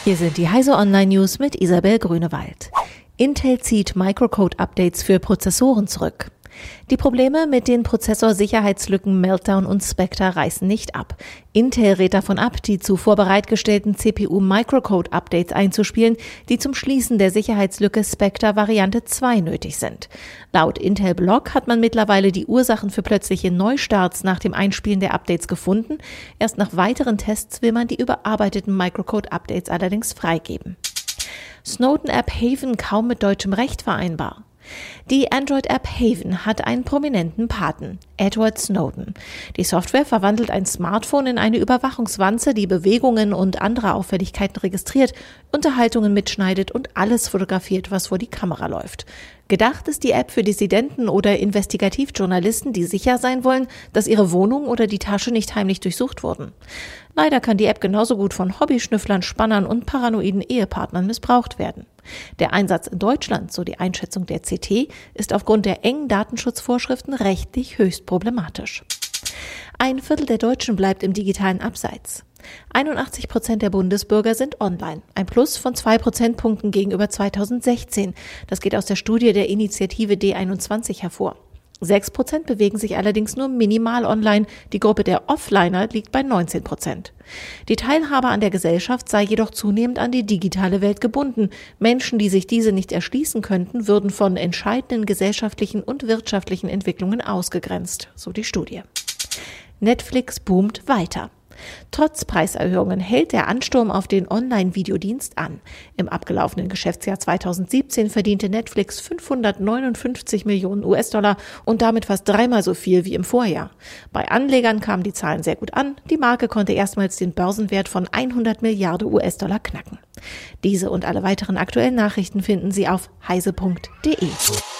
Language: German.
Hier sind die Heise Online News mit Isabel Grünewald. Intel zieht Microcode-Updates für Prozessoren zurück. Die Probleme mit den Prozessorsicherheitslücken Meltdown und Spectre reißen nicht ab. Intel rät davon ab, die zuvor bereitgestellten CPU-Microcode-Updates einzuspielen, die zum Schließen der Sicherheitslücke Spectre Variante 2 nötig sind. Laut Intel-Blog hat man mittlerweile die Ursachen für plötzliche Neustarts nach dem Einspielen der Updates gefunden. Erst nach weiteren Tests will man die überarbeiteten Microcode-Updates allerdings freigeben. Snowden-App Haven kaum mit deutschem Recht vereinbar. Die Android-App Haven hat einen prominenten Paten, Edward Snowden. Die Software verwandelt ein Smartphone in eine Überwachungswanze, die Bewegungen und andere Auffälligkeiten registriert, Unterhaltungen mitschneidet und alles fotografiert, was vor die Kamera läuft. Gedacht ist die App für Dissidenten oder Investigativjournalisten, die sicher sein wollen, dass ihre Wohnung oder die Tasche nicht heimlich durchsucht wurden. Leider kann die App genauso gut von Hobbyschnüfflern, Spannern und paranoiden Ehepartnern missbraucht werden. Der Einsatz in Deutschland, so die Einschätzung der CT, ist aufgrund der engen Datenschutzvorschriften rechtlich höchst problematisch. 1/4 der Deutschen bleibt im digitalen Abseits. 81% der Bundesbürger sind online, ein Plus von 2 Prozentpunkten gegenüber 2016. Das geht aus der Studie der Initiative D21 hervor. 6% bewegen sich allerdings nur minimal online, die Gruppe der Offliner liegt bei 19%. Die Teilhabe an der Gesellschaft sei jedoch zunehmend an die digitale Welt gebunden. Menschen, die sich diese nicht erschließen könnten, würden von entscheidenden gesellschaftlichen und wirtschaftlichen Entwicklungen ausgegrenzt, so die Studie. Netflix boomt weiter. Trotz Preiserhöhungen hält der Ansturm auf den Online-Videodienst an. Im abgelaufenen Geschäftsjahr 2017 verdiente Netflix 559 Millionen US-Dollar und damit fast dreimal so viel wie im Vorjahr. Bei Anlegern kamen die Zahlen sehr gut an. Die Marke konnte erstmals den Börsenwert von 100 Milliarden US-Dollar knacken. Diese und alle weiteren aktuellen Nachrichten finden Sie auf heise.de.